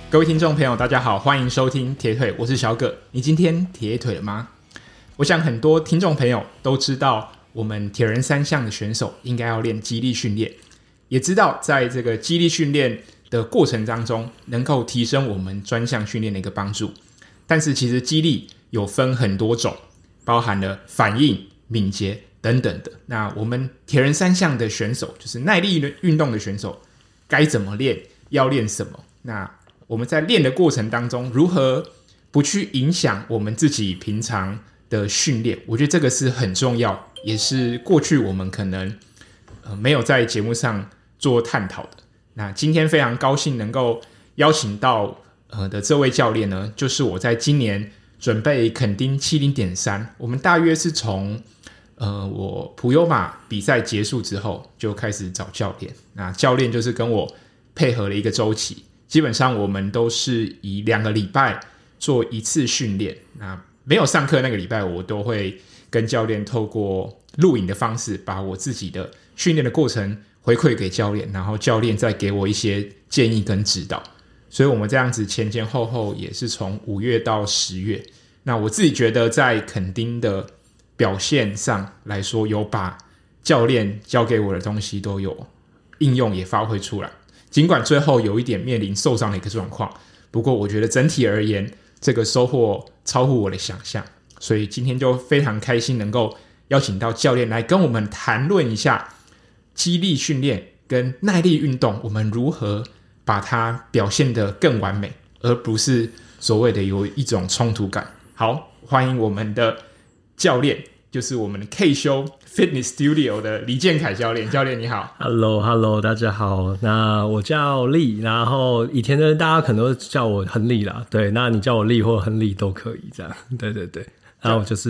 各位听众朋友大家好，欢迎收听铁腿，我是小葛。你今天铁腿了吗？我想很多听众朋友都知道，我们铁人三项的选手应该要练肌力训练，也知道在这个肌力训练的过程当中能够提升我们专项训练的一个帮助。但是其实肌力有分很多种，包含了反应、敏捷等等的。那我们铁人三项的选手，就是耐力运动的选手，该怎么练，要练什么？那我们在练的过程当中，如何不去影响我们自己平常的训练？我觉得这个是很重要，也是过去我们可能没有在节目上做探讨的。那今天非常高兴能够邀请到的这位教练呢，就是我在今年准备垦丁 70.3， 我们大约是从我普悠玛比赛结束之后就开始找教练。那教练就是跟我配合了一个周期，基本上我们都是以2个礼拜做一次训练。那没有上课那个礼拜，我都会跟教练透过录影的方式，把我自己的训练的过程回馈给教练，然后教练再给我一些建议跟指导。所以我们这样子前前后后也是从5月到10月。那我自己觉得在垦丁的表现上来说，有把教练教给我的东西都有应用也发挥出来。尽管最后有一点面临受伤的一个状况，不过我觉得整体而言，这个收获超乎我的想象。所以今天就非常开心能够邀请到教练来跟我们谈论一下肌力训练跟耐力运动，我们如何把它表现得更完美，而不是所谓的有一种冲突感。好，欢迎我们的教练，就是我们的 K 修 Fitness Studio 的李建凯教练。教练你好。 Hello， 大家好。那我叫力，然后以前的大家可能都叫我亨利啦，对，那你叫我力或亨利都可以，这样，对对对。然后我就是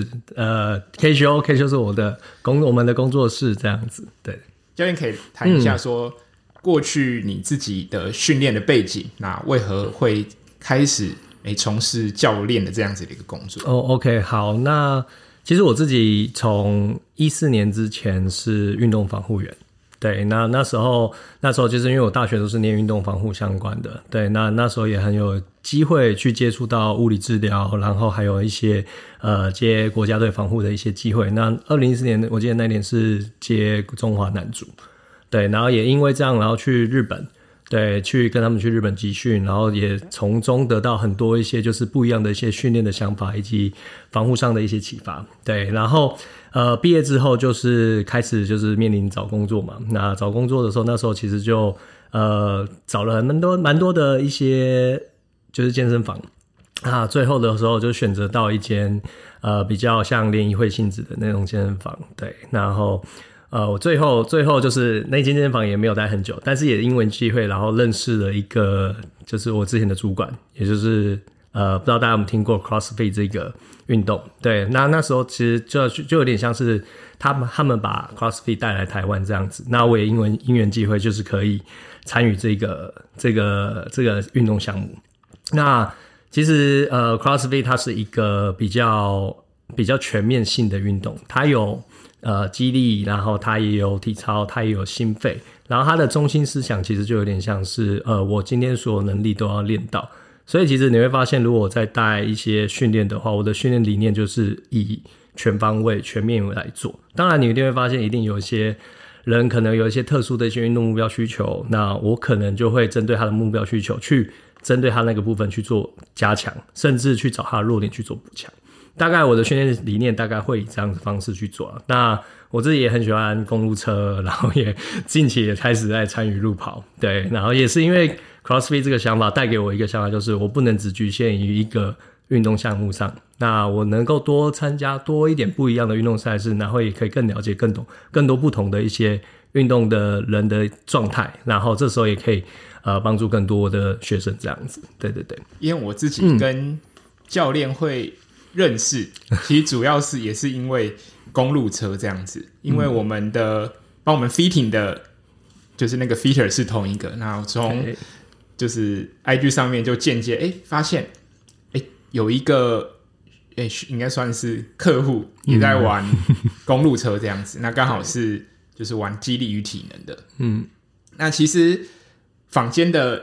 K 修是我们的工作室这样子，对。 教练可以谈一下说，过去你自己的训练的背景，那为何会开始从事教练的这样子的一个工作 ？OK， 好，那其实我自己从14年之前是运动防护员，对，那时候就是因为我大学都是念运动防护相关的，对，那时候也很有机会去接触到物理治疗，然后还有一些接国家队防护的一些机会。那2014年我记得那年是接中华男足，对，然后也因为这样，然后去日本，对，去跟他们去日本集训，然后也从中得到很多一些就是不一样的一些训练的想法，以及防护上的一些启发，对，然后毕业之后就是开始就是面临找工作嘛。那找工作的时候，那时候其实就找了蛮多的一些就是健身房啊，最后的时候就选择到一间比较像联谊会性质的那种健身房，对，然后我最后就是那间健身房也没有待很久，但是也因为机会，然后认识了一个就是我之前的主管，也就是不知道大家有没有听过 CrossFit 这个运动，对，那时候其实就有点像是他们把 CrossFit 带来台湾这样子，那我也因为因缘机会就是可以参与这个运动项目。那其实CrossFit 它是一个比较全面性的运动，它有肌力，然后它也有体操，它也有心肺，然后它的中心思想其实就有点像是我今天所有能力都要练到。所以其实你会发现，如果我在带一些训练的话，我的训练理念就是以全方位全面来做。当然你一定会发现，一定有一些人可能有一些特殊的一些运动目标需求，那我可能就会针对他的目标需求去针对他那个部分去做加强，甚至去找他的弱点去做补强。大概我的训练理念大概会以这样的方式去做。那我自己也很喜欢公路车，然后也近期也开始在参与路跑，对，然后也是因为 CrossFit 这个想法带给我一个想法，就是我不能只局限于一个运动项目上，那我能够多参加多一点不一样的运动赛事，然后也可以更了解更多不同的一些运动的人的状态，然后这时候也可以帮助更多的学生这样子，对对对。 因为我自己跟教练会认识，其实主要是也是因为公路车这样子，因为我们的帮我们 fitting 的就是那个 fitter 是同一个，那从就是 IG 上面就间接发现有一个应该算是客户也在玩公路车这样子，那刚好是就是玩肌力与体能的。那其实坊间的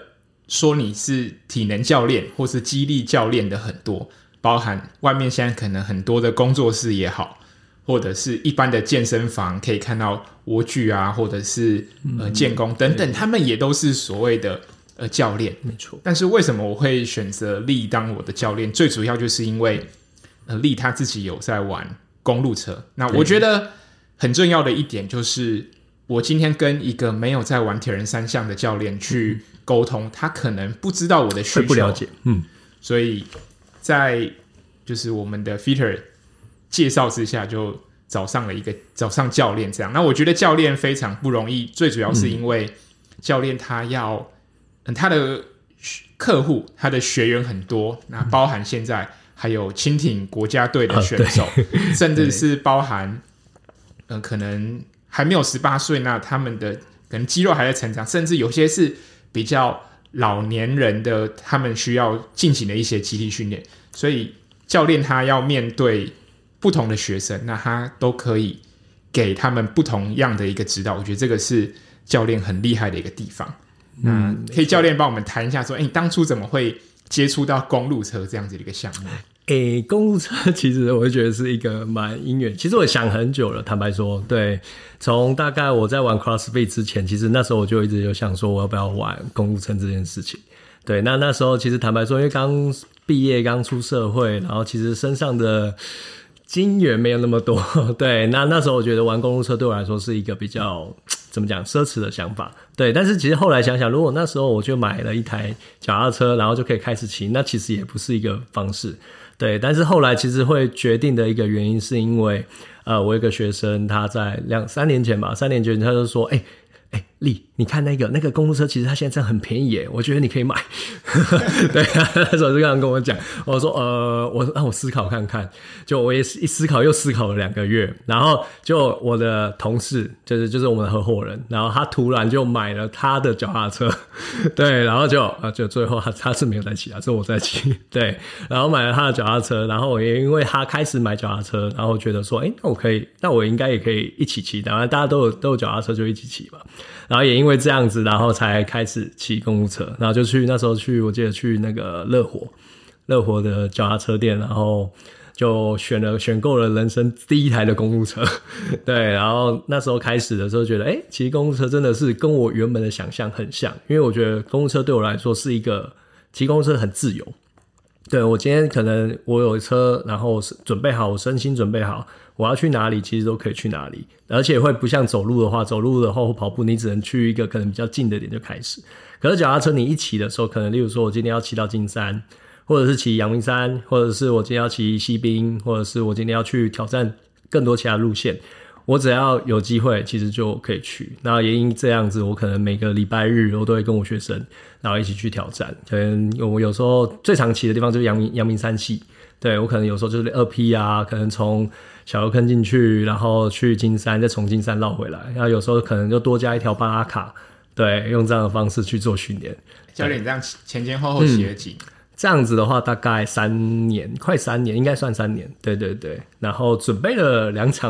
说你是体能教练或是肌力教练的很多，包含外面现在可能很多的工作室也好，或者是一般的健身房可以看到蜗具啊，或者是健功等等，他们也都是所谓的教练。 没错。 但是为什么我会选择力当我的教练？最主要就是因为力他自己有在玩公路车。那我觉得很重要的一点就是，我今天跟一个没有在玩铁人三项的教练去沟通，他可能不知道我的需求， 不了解。 所以在就是我们的 Fitter 介绍之下，就找上教练这样。那我觉得教练非常不容易，最主要是因为教练他要他的客户他的学员很多，那包含现在还有轻艇国家队的选手，甚至是包含可能还没有18岁，那他们的可能肌肉还在成长，甚至有些是比较老年人的，他们需要进行的一些肌力训练。所以教练他要面对不同的学生，那他都可以给他们不同样的一个指导。我觉得这个是教练很厉害的一个地方。那可以教练帮我们谈一下说，你当初怎么会接触到公路车这样子的一个项目？ 公路车其实我会觉得是一个蛮因缘，其实我想很久了，坦白说，对，从大概我在玩 CrossFit 之前，其实那时候我就一直有想说我要不要玩公路车这件事情。对，那时候其实坦白说，因为刚毕业刚出社会，然后其实身上的金源没有那么多，对，那时候我觉得玩公路车对我来说是一个比较怎么讲奢侈的想法，对，但是其实后来想想，如果那时候我就买了一台脚踏车，然后就可以开始骑，那其实也不是一个方式，对，但是后来其实会决定的一个原因是因为我有一个学生他在3年前吧，3年前他就说丽，你看那个公路车，其实它现在很便宜耶，我觉得你可以买。对，那时候就这样跟我讲，我说让我思考看看。就我也一思考又思考了2个月，然后就我的同事就是我们的合伙人，然后他突然就买了他的脚踏车，对，然后就最后他是没有在骑啊，是我在骑，对，然后买了他的脚踏车，然后我也因为他开始买脚踏车，然后觉得说，那我应该也可以一起骑，当然大家都有脚踏车就一起骑嘛。然后也因为这样子，然后才开始骑公路车，然后就那时候我记得去那个乐活的脚踏车店，然后就选购了人生第一台的公路车，对，然后那时候开始的时候觉得，骑公路车真的是跟我原本的想象很像，因为我觉得公路车对我来说是一个骑公路车很自由。对，我今天可能我有车，然后准备好，我身心准备好，我要去哪里其实都可以去哪里，而且会不像走路的话，走路的话或跑步你只能去一个可能比较近的点就开始，可是脚踏车你一骑的时候，可能例如说我今天要骑到金山，或者是骑阳明山，或者是我今天要骑西滨，或者是我今天要去挑战更多其他路线，我只要有机会其实就可以去。那也因这样子，我可能每个礼拜日我都会跟我学生然后一起去挑战，可能我有时候最常骑的地方就是阳明山系，对，我可能有时候就是2P 啊，可能从小油坑进去，然后去金山，再从金山绕回来，然后有时候可能就多加一条巴拉卡，对，用这样的方式去做训练。 教练，你这样前前后后骑了几年？ 这样子的话大概3年，快3年，应该算3年，对对对，然后准备了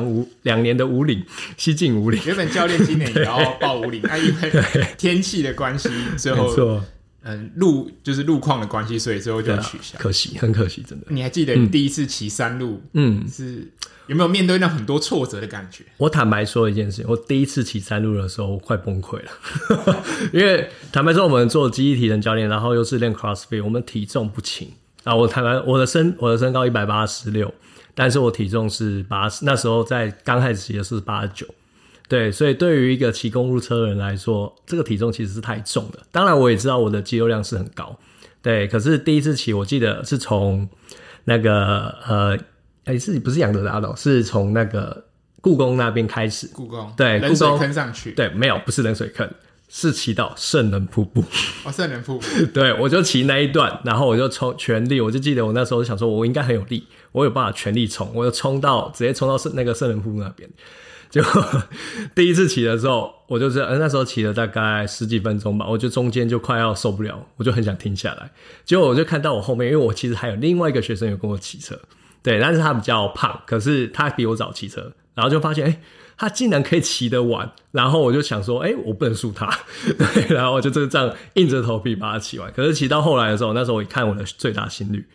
2年的武岭，西进武岭。 原本教练今年也要报武岭，但因为天气的关系，最后路况的关系，所以最后就取消。 可惜，很可惜，真的。 你还记得你第一次骑山路，是有没有面对那很多挫折的感觉？ 我坦白说一件事情，我第一次骑山路的时候，我快崩溃了，因为坦白说，我们做肌力体能教练，然后又是练 CrossFit， 我们体重不轻啊。我坦白，我的身高186，但是我体重是80，那时候在刚开始骑的是89。对，所以对于一个骑公路车的人来说，这个体重其实是太重的。当然我也知道我的肌肉量是很高，对，可是第一次骑我记得是从那个不是杨德达的，是从那个故宫那边开始。 故宫， 对， 冷水坑上去。 对，没有，不是冷水坑，是骑到圣人瀑布。 圣人瀑布。对， 我就骑那一段，然后我就冲全力，我就记得我那时候想说我应该很有力，我有办法全力冲，我就直接冲到那个圣人瀑布那边。就第一次骑的时候，我就是那时候骑了大概10几分钟吧，我就中间就快要受不了，我就很想停下来。结果我就看到我后面，因为我其实还有另外一个学生有跟我骑车，对，但是他比较胖，可是他比我早骑车，然后就发现他竟然可以骑得完，然后我就想说，我不能输他，对，然后我就这样硬着头皮把它骑完。可是骑到后来的时候，那时候我一看我的最大心率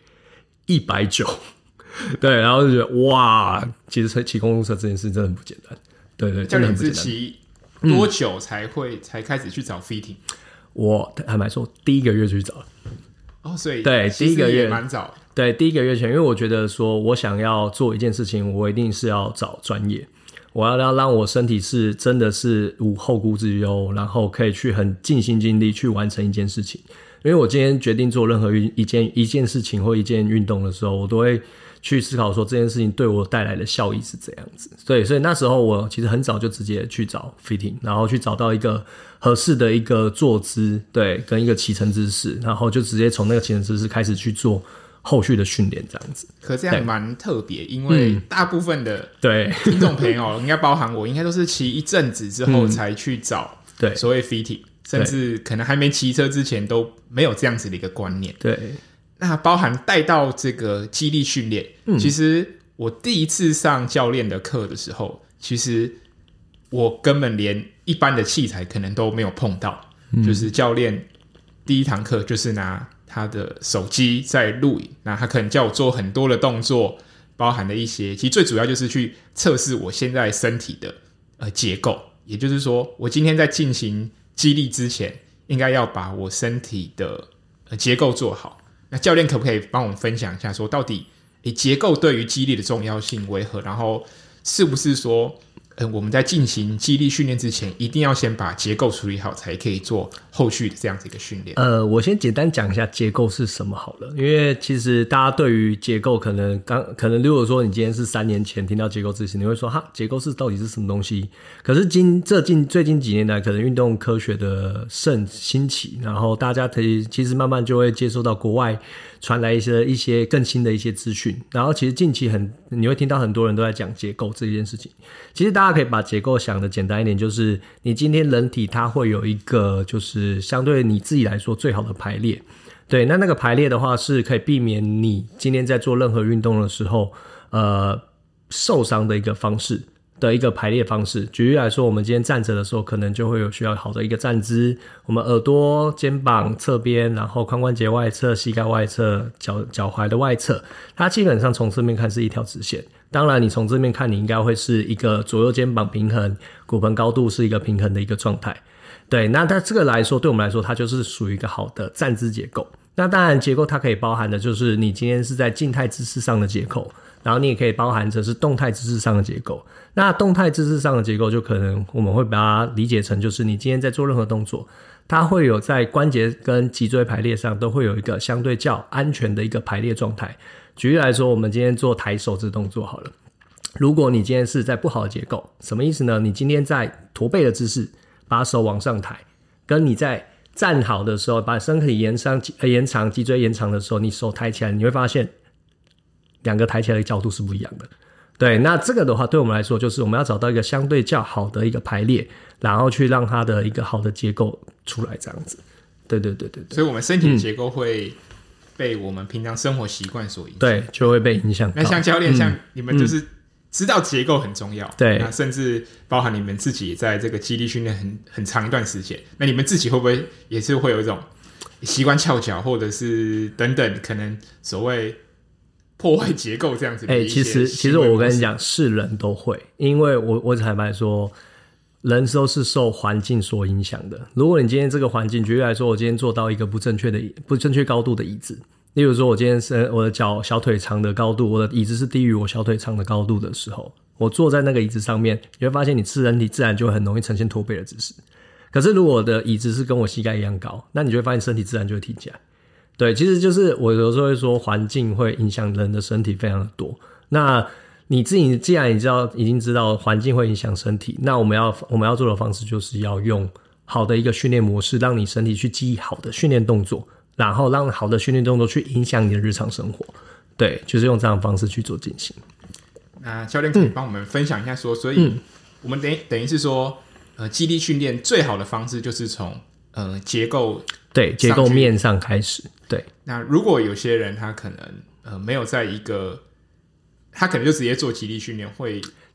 190，对，然后就觉得哇，其实骑公路车这件事真的很不简单，对对， 教练是骑多久才开始去找 fitting？ 我坦白说，第一个月就去找了。 所以对，第一个月蛮早。 对，第一个月前，因为我觉得说我想要做一件事情，我一定是要找专业，我要让我身体是真的是无后顾之忧，然后可以去很尽心尽力去完成一件事情。因为我今天决定做任何一件事情或一件运动的时候，我都会去思考说这件事情对我带来的效益是怎样子。对，所以那时候我其实很早就直接去找 fitting， 然后去找到一个合适的一个坐姿，对，跟一个骑乘姿势，然后就直接从那个骑乘姿势开始去做后续的训练，这样子。 可这样蛮特别，因为大部分的对听众朋友，应该包含我，应该都是骑一阵子之后才去找所谓 fitting，甚至可能还没骑车之前都没有这样子的一个观念。 对， 那包含带到这个肌力训练，其实我第一次上教练的课的时候，其实我根本连一般的器材可能都没有碰到，就是教练第一堂课就是拿他的手机在录影，那他可能叫我做很多的动作，包含的一些，其实最主要就是去测试我现在身体的结构，也就是说我今天在进行肌力之前，应该要把我身体的结构做好。那教练可不可以帮我们分享一下，说到底结构对于肌力的重要性为何？然后是不是说我们在进行肌力训练之前，一定要先把结构处理好，才可以做后续的这样子一个训练？ 我先简单讲一下结构是什么好了，因为其实大家对于结构可能如果说你今天是3年前听到结构知识，你会说哈，结构是到底是什么东西？可是最近几年来，可能运动科学的兴起，然后大家其实慢慢就会接受到国外传来一些更新的一些资讯，然后其实近期你会听到很多人都在讲结构这件事情。其实大家可以把结构想的简单一点，就是你今天人体它会有一个就是相对你自己来说最好的排列，对，那个排列的话是可以避免你今天在做任何运动的时候受伤的一个方式的一个排列方式。举例来说，我们今天站着的时候可能就会有需要好的一个站姿，我们耳朵、肩膀侧边，然后髋关节外侧、膝盖外侧、脚踝的外侧，它基本上从正面看是一条直线。当然你从正面看，你应该会是一个左右肩膀平衡，骨盆高度是一个平衡的一个状态。对，那这个来说，对我们来说它就是属于一个好的站姿结构。那当然结构它可以包含的就是你今天是在静态姿势上的结构，然后你也可以包含着是动态姿势上的结构。那动态姿势上的结构就可能我们会把它理解成就是你今天在做任何动作，它会有在关节跟脊椎排列上都会有一个相对较安全的一个排列状态。举例来说，我们今天做抬手这动作好了，如果你今天是在不好的结构，什么意思呢？你今天在驼背的姿势把手往上抬，跟你在站好的时候把身体延长脊椎延长的时候，你手抬起来，你会发现两个抬起来的角度是不一样的。对，那这个的话对我们来说就是我们要找到一个相对较好的一个排列，然后去让它的一个好的结构出来，这样子。对， 所以我们身体的结构会被我们平常生活习惯所影响， 对，就会被影响到。 那像教练，像你们就是知道结构很重要， 对， 那甚至包含你们自己也在这个肌力训练很长一段时间，那你们自己会不会也是会有一种习惯翘脚，或者是等等可能所谓破坏结构这样子的一些其实我跟你讲，是人都会，因为我坦白说，人都是受环境所影响的。如果你今天这个环境，举例来说，我今天坐到一个不正确高度的椅子，例如说我今天是我的小腿长的高度，我的椅子是低于我小腿长的高度的时候，我坐在那个椅子上面，你会发现你人体自然就会很容易呈现驼背的姿势。可是如果我的椅子是跟我膝盖一样高，那你就会发现身体自然就会挺起来。对，其实就是我有时候会说环境会影响人的身体非常的多。那你自己既然已经知道环境会影响身体，那我们要做的方式就是要用好的一个训练模式，让你身体去记忆好的训练动作，然后让好的训练动作去影响你的日常生活。对，就是用这样的方式去做进行。 那教练可以帮我们分享一下说，所以我们等于是说肌力训练最好的方式就是从结构面上开始。对， 那如果有些人他可能没有在一个，他可能就直接做肌力训练会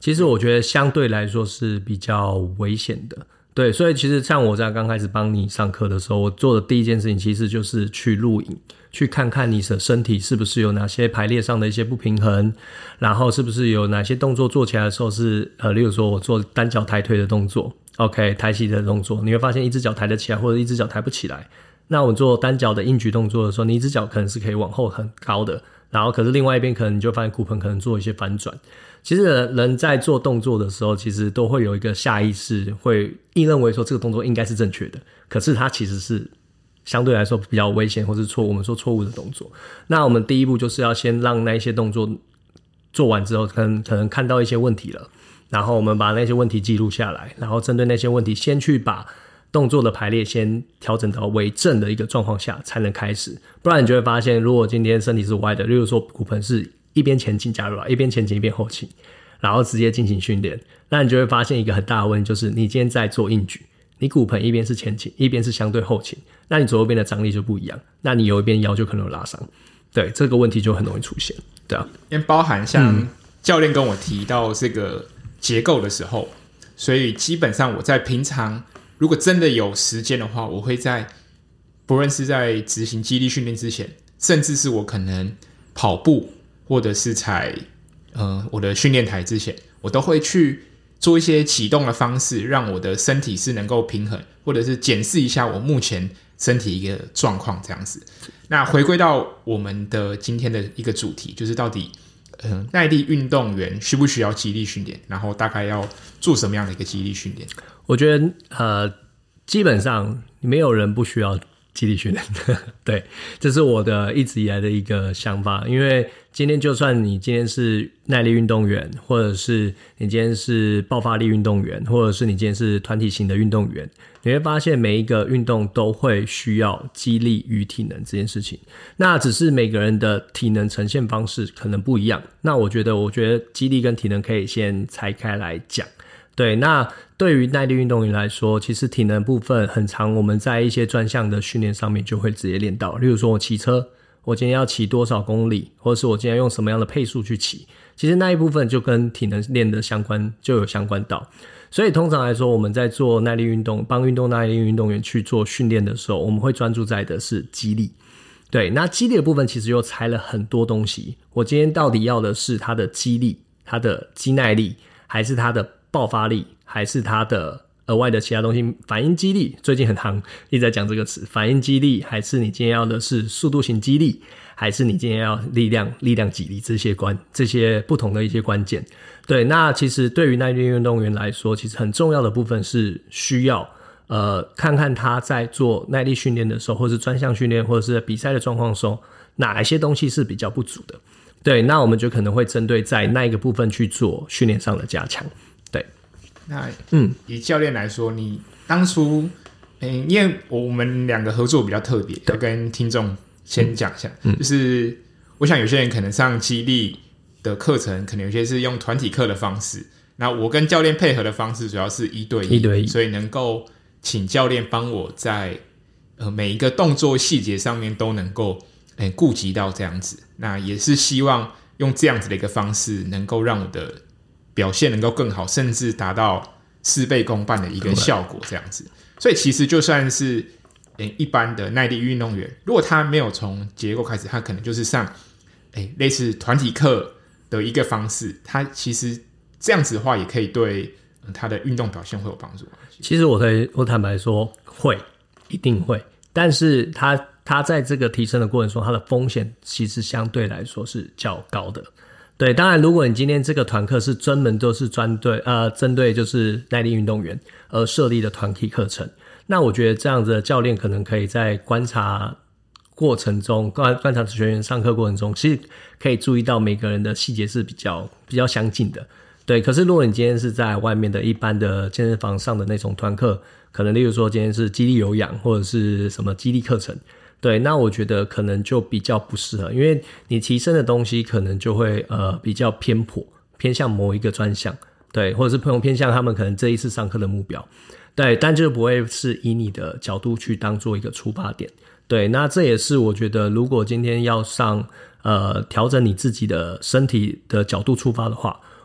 其实我觉得相对来说是比较危险的。对，所以其实像我在刚开始帮你上课的时候，我做的第一件事情其实就是去录影，去看看你的身体是不是有哪些排列上的一些不平衡，然后是不是有哪些动作做起来的时候是例如说我做单脚抬腿的动作 OK 抬膝的动作，你会发现一只脚抬得起来或者一只脚抬不起来。那我做单脚的硬举动作的时候，你一只脚可能是可以往后很高的，然后可是另外一边可能你就发现骨盆可能做一些反转。其实人在做动作的时候，其实都会有一个下意识会认为说这个动作应该是正确的，可是它其实是相对来说比较危险或是我们说错误的动作。那我们第一步就是要先让那些动作做完之后，可能看到一些问题了，然后我们把那些问题记录下来，然后针对那些问题先去把动作的排列先调整到为正的一个状况下才能开始。不然你就会发现，如果今天身体是歪的，例如说骨盆是一边前倾，假如一边前倾一边后倾，然后直接进行训练，那你就会发现一个很大的问题，就是你今天在做硬举，你骨盆一边是前倾一边是相对后倾，那你左右边的张力就不一样，那你有一边腰就可能有拉伤。对，这个问题就很容易出现。对啊， 因为包含像教练跟我提到这个结构的时候，所以基本上我在平常如果真的有时间的话，我会在不论是在执行肌力训练之前，甚至是我可能跑步或者是踩我的训练台之前，我都会去做一些启动的方式，让我的身体是能够平衡，或者是检视一下我目前身体一个状况这样子。那回归到我们的今天的一个主题，就是到底耐力运动员需不需要肌力训练，然后大概要做什么样的一个肌力训练？ 我觉得基本上没有人不需要肌力训练对，这是我的一直以来的一个想法。因为今天就算你今天是耐力运动员，或者是你今天是爆发力运动员，或者是你今天是团体型的运动员，你会发现每一个运动都会需要肌力与体能这件事情。那只是每个人的体能呈现方式可能不一样，那我觉得肌力跟体能可以先拆开来讲。对，那对于耐力运动员来说，其实体能部分很常我们在一些专项的训练上面就会直接练到。例如说我骑车，我今天要骑多少公里，或者是我今天用什么样的配速去骑，其实那一部分就跟体能练的就有相关到。所以通常来说，我们在做耐力运动，帮耐力运动员去做训练的时候，我们会专注在的是肌力。对，那肌力的部分其实又拆了很多东西。我今天到底要的是它的肌力，它的肌耐力，还是它的爆发力，还是它的额外的其他东西？反应肌力最近很夯，一直在讲这个词。反应肌力，还是你今天要的是速度型肌力，还是你今天要力量肌力，这些不同的一些关键。对，那其实对于耐力运动员来说，其实很重要的部分是需要看看他在做耐力训练的时候，或是专项训练，或者是比赛的状况的时候，哪一些东西是比较不足的。对，那我们就可能会针对在那一个部分去做训练上的加强。对， 那以教练来说，你当初因为我们两个合作比较特别，要跟听众先讲一下，就是我想有些人可能上肌力的课程，可能有些是用团体课的方式，那我跟教练配合的方式主要是一对一，所以能够请教练帮我在每一个动作细节上面都能够顾及到这样子。那也是希望用这样子的一个方式，能够让我的表现能够更好，甚至达到事倍功半的一个效果这样子。所以其实就算是一般的耐力运动员，如果他没有从结构开始，他可能就是上类似团体课的一个方式，他其实这样子的话也可以对他的运动表现会有帮助。 其实我坦白说会，一定会，但是他在这个提升的过程中，他的风险其实相对来说是较高的。对，当然如果你今天这个团课是专门都是针对就是耐力运动员而设立的团体课程，那我觉得这样子的教练可能可以在观察过程中，观察学员上课过程中，其实可以注意到每个人的细节是比较相近的。对，可是如果你今天是在外面的一般的健身房上的那种团课，可能例如说今天是肌力有氧或者是什么肌力课程，对，那我觉得可能就比较不适合，因为你提升的东西可能就会比较偏向某一个专项，对，或者是偏向他们可能这一次上课的目标，对，但就不会是以你的角度去当做一个出发点。对，那这也是我觉得如果今天要上调整你自己的身体的角度出发的话，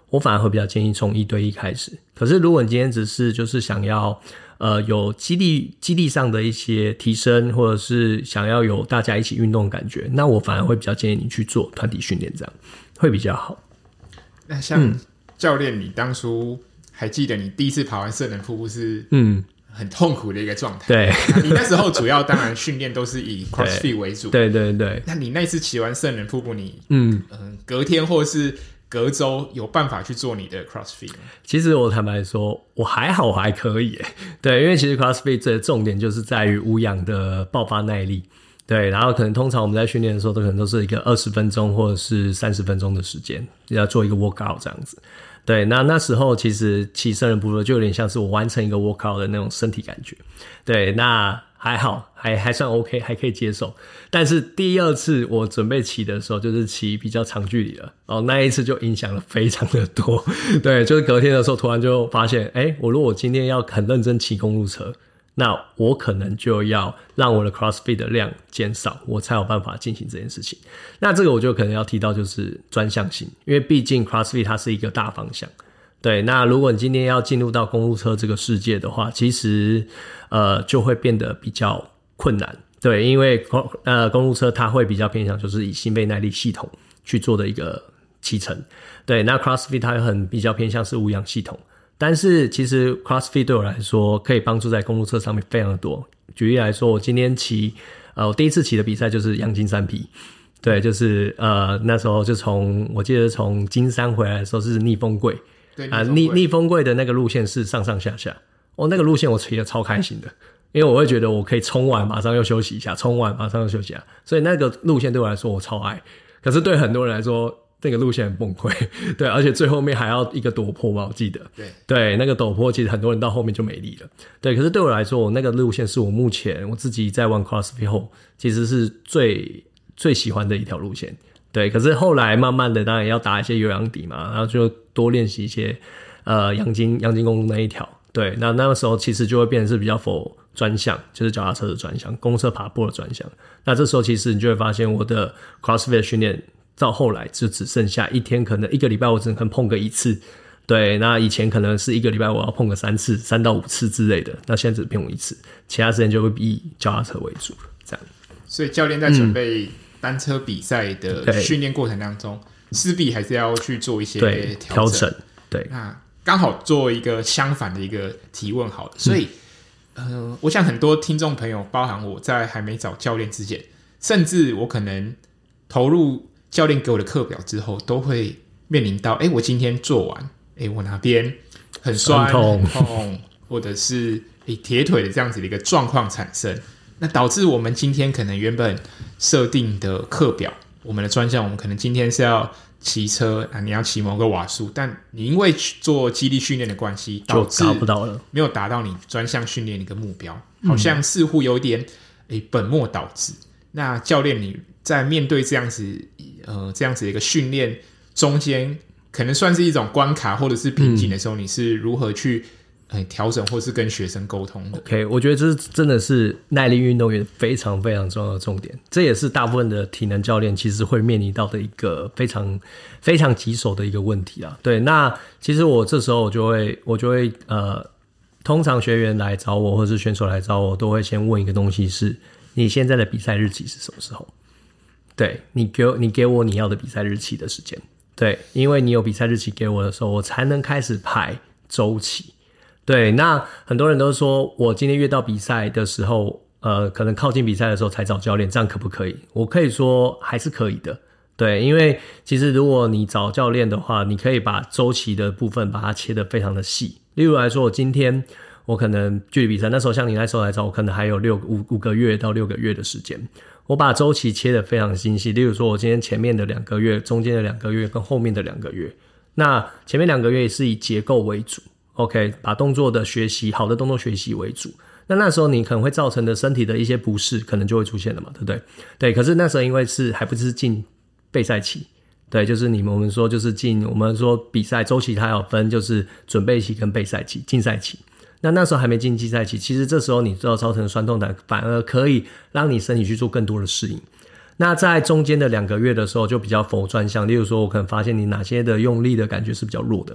我反而会比较建议从1对1开始。可是如果你今天只是就是想要有肌力上的一些提升，或者是想要有大家一起运动的感觉，那我反而会比较建议你去做团体训练，这样会比较好。 那像教练，你当初还记得你第一次跑完圣人瀑布是很痛苦的一个状态？ 对， 你那时候主要当然训练都是以 CrossFit 为主。 对对对。 那你那次骑完圣人瀑布，你隔天或是隔周有办法去做你的 CrossFit 吗？ 其实我坦白说，我还好，我还可以耶。对，因为其实 CrossFit 最重点就是在于无氧的爆发耐力。对，然后可能通常我们在训练的时候，都可能都是一个20分钟或者是30分钟的时间，要做一个 workout 这样子。对，那时候其实骑圣人瀑布就有点像是我完成一个 workout 的那种身体感觉。对，那还好，还算 OK， 还可以接受。但是第2次我准备骑的时候，就是骑比较长距离了，那一次就影响了非常的多。对，就是隔天的时候突然就发现，我如果今天要很认真骑公路车，那我可能就要让我的 CrossFit 的量减少，我才有办法进行这件事情。那这个我就可能要提到就是专项性，因为毕竟 CrossFit 它是一个大方向。对，那如果你今天要进入到公路车这个世界的话，其实就会变得比较困难。对，因为公路车它会比较偏向就是以心肺耐力系统去做的一个骑乘。对，那 CrossFit 它比较偏向是无氧系统。但是其实 CrossFit 对我来说可以帮助在公路车上面非常的多。举例来说，我今天我第一次骑的比赛就是阳金3P。对，就是那时候就我记得从金山回来的时候是逆风柜。 对， 逆风柜的那个路线是上上下下。那个路线我骑得超开心的，因为我会觉得我可以冲完马上又休息一下，冲完马上又休息一下，所以那个路线对我来说我超爱。可是对很多人来说那个路线很崩溃。对，而且最后面还要一个陡坡嘛，我记得。对，那个陡坡其实很多人到后面就没力了。对，可是对我来说，我那个路线是我目前我自己在玩 CrossFit 后其实是最喜欢的一条路线。对，可是后来慢慢的当然要打一些有氧底嘛，然后就多练习一些阳金公路那一条。对，那个时候其实就会变成是比较否专项，就是脚踏车的专项，公车爬坡的专项。那这时候其实你就会发现我的 CrossFit 的训练到后来就只剩下一天，可能1个礼拜我只能碰个1次。对，那以前可能是1个礼拜我要碰个3次，3到5次之类的，那现在只碰1次，其他时间就会以脚踏车为主这样。 所以教练在准备单车比赛的训练过程当中，势必还是要去做一些调整。对，那刚好做一个相反的一个提问好了。所以我想很多听众朋友，包含我在还没找教练之前，甚至我可能投入教练给我的课表之后，都会面临到我今天做完我哪边很酸很痛，或者是铁腿的这样子的一个状况产生，那导致我们今天可能原本设定的课表，我们的专项我们可能今天是要骑车你要骑某个瓦数，但你因为做肌力训练的关系，导致达不到了， 没有达到你专项训练的一个目标，好像似乎有点本末倒置。那教练你在面对这样子的一个训练中间，可能算是一种关卡或者是瓶颈的时候，你是如何去调整或是跟学生沟通的？ OK， 我觉得这真的是耐力运动员非常非常重要的重点，这也是大部分的体能教练其实会面临到的一个非常非常棘手的一个问题啊。对，那其实我这时候我就会通常学员来找我或是选手来找我，都会先问一个东西是：你现在的比赛日期是什么时候？对，你给我你要的比赛日期的时间。对，因为你有比赛日期给我的时候，我才能开始排周期。对，那很多人都说我今天约到比赛的时候，可能靠近比赛的时候才找教练，这样可不可以？我可以说还是可以的。对，因为其实如果你找教练的话，你可以把周期的部分把它切得非常的细。例如来说，我今天我可能距离比赛那时候，像你那时候来找我，可能还有5个月到6个月的时间，我把周期切得非常精细。例如说我今天前面的2个月，中间的2个月跟后面的2个月，那前面2个月是以结构为主。OK， 把动作的学习，好的动作学习为主。那时候你可能会造成的身体的一些不适，可能就会出现了嘛，对不对？对，可是那时候因为还不是进备赛期，对，就是我们说就是我们说比赛周期它有分，就是准备期跟备赛期、竞赛期。那时候还没进竞赛期，其实这时候你知道造成的酸痛感，反而可以让你身体去做更多的适应。 那在中间的2个月的时候就比较否专项，例如说我可能发现你哪些的用力的感觉是比较弱的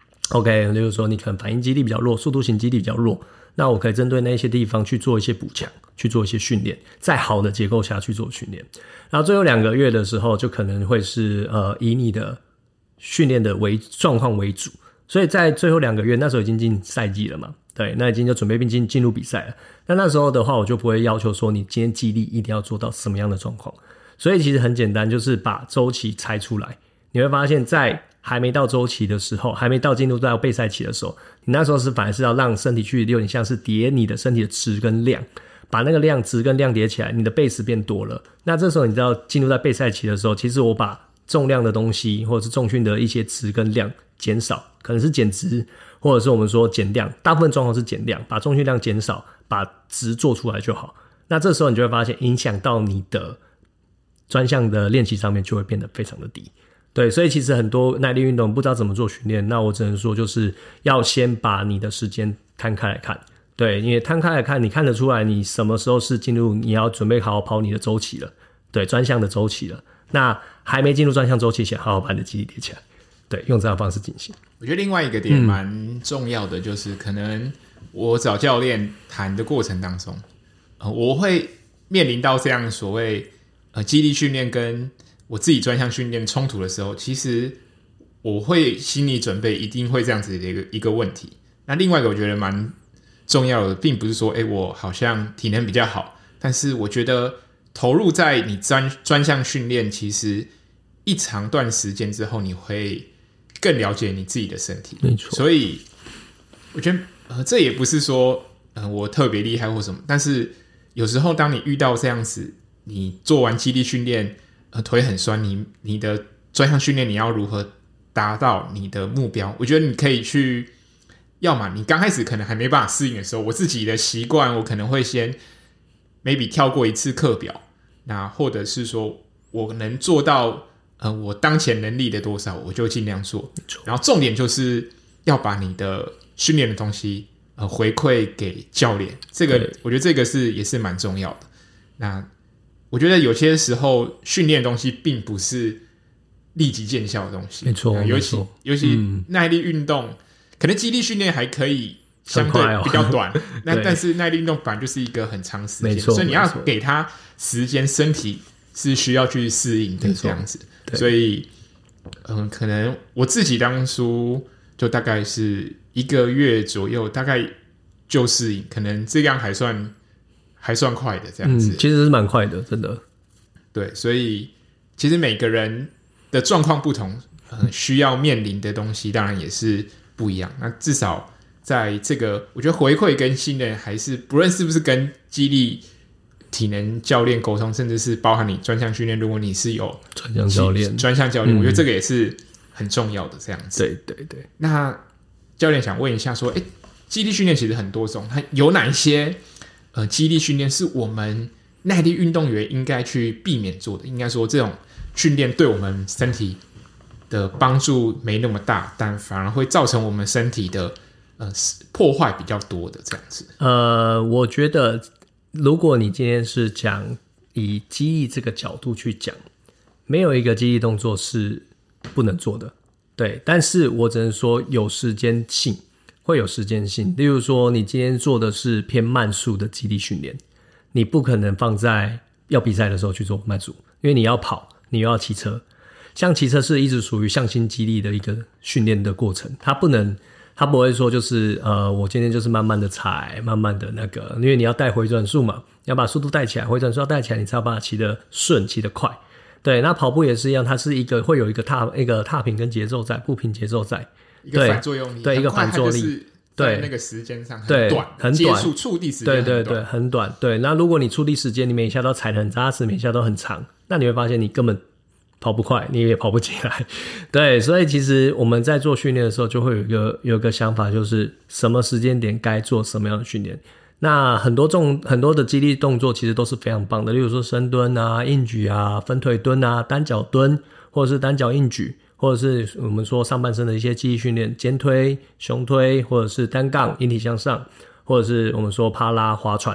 OK， 例如说你可能反应肌力比较弱，速度型肌力比较弱，那我可以针对那些地方去做一些补强，去做一些训练，在好的结构下去做训练。然后最后2个月的时候就可能会是以你的训练的状况为主，所以在最后2个月那时候已经进赛季了嘛，对，那已经就准备并进入比赛了。那时候的话我就不会要求说你今天肌力一定要做到什么样的状况，所以其实很简单，就是把周期拆出来，你会发现在还没到周期的时候，还没到进入到备赛期的时候，你那时候反而是要让身体去有点像是叠你的身体的值跟量，把那个值跟量叠起来，你的 base 变多了。那这时候你知道进入在备赛期的时候，其实我把重量的东西或者是重训的一些值跟量减少，可能是减值或者是我们说减量，大部分状况是减量，把重训量减少，把值做出来就好。那这时候你就会发现影响到你的专项的练习上面就会变得非常的低。对，所以其实很多耐力运动不知道怎么做训练，那我只能说就是要先把你的时间摊开来看。对，因为摊开来看，你看得出来你什么时候是进入你要准备好好跑你的周期了，对，专项的周期了。那还没进入专项周期前，好好把你的肌力叠起来。对，用这样的方式进行。 我觉得另外一个点蛮重要的，就是可能我找教练谈的过程当中，我会面临到这样所谓肌力训练跟我自己专项训练冲突的时候，其实我会心理准备一定会这样子的一个问题。那另外一个我觉得蛮重要的，并不是说我好像体能比较好，但是我觉得投入在你专项训练，其实一长段时间之后，你会更了解你自己的身体。 没错， 所以我觉得这也不是说我特别厉害或什么，但是有时候当你遇到这样子，你做完肌力训练腿很酸，你的专项训练你要如何达到你的目标？我觉得你可以去，要么你刚开始可能还没办法适应的时候，我自己的习惯我可能会先 maybe 跳过一次课表，那或者是说我能做到我当前能力的多少我就尽量做，然后重点就是要把你的训练的东西回馈给教练，这个我觉得这个也是蛮重要的。那我觉得有些时候训练的东西并不是立即见效的东西， 没错， 尤其耐力运动，可能肌力训练还可以相对比较短，但是耐力运动本来就是一个很长时间，所以你要给他时间，身体是需要去适应的这样子。所以可能我自己当初就大概是1个月左右，大概就适应，可能这样还算快的这样子。 其实是蛮快的，真的。 对，所以其实每个人的状况不同，需要面临的东西当然也是不一样。那至少在这个，我觉得回馈跟信任还是不论是不是跟肌力体能教练沟通，甚至是包含你专项训练，如果你是有专项教练，我觉得这个也是很重要的这样子。 对对对。 那教练想问一下说，肌力训练其实很多种，它有哪一些肌力训练是我们耐力运动员应该去避免做的？应该说这种训练对我们身体的帮助没那么大，但反而会造成我们身体的破坏比较多的这样子。 我觉得如果你今天是讲以肌力这个角度去讲，没有一个肌力动作是不能做的，对。但是我只能说有时间性，会有时间性。例如说你今天做的是偏慢速的肌力训练，你不可能放在要比赛的时候去做慢速，因为你要跑，你又要骑车。像骑车是一直属于向心肌力的一个训练的过程，它不会说就是我今天就是慢慢的踩，慢慢的那个，因为你要带回转数嘛，你要把速度带起来，回转数要带起来，你才要把它骑得顺，骑得快。对，那跑步也是一样，它是会有一个踏频跟节奏在，步频节奏在， 一个反作用力， 对，一个反作用力， 对，那个时间上很短， 很短， 接触触地时间很短， 对，很短。对，那如果你触地时间你每一下都踩得很扎实，每一下都很长，那你会发现你根本跑不快，你也跑不起来。对，所以其实我们在做训练的时候就会有一个想法，就是什么时间点该做什么样的训练。那很多的肌力动作其实都是非常棒的，例如说深蹲啊、硬举啊、分腿蹲啊、单脚蹲，或者是单脚硬举，或者是我们说上半身的一些肌力训练，肩推、胸推，或者是单杠、引体向上，或者是我们说趴拉、划船。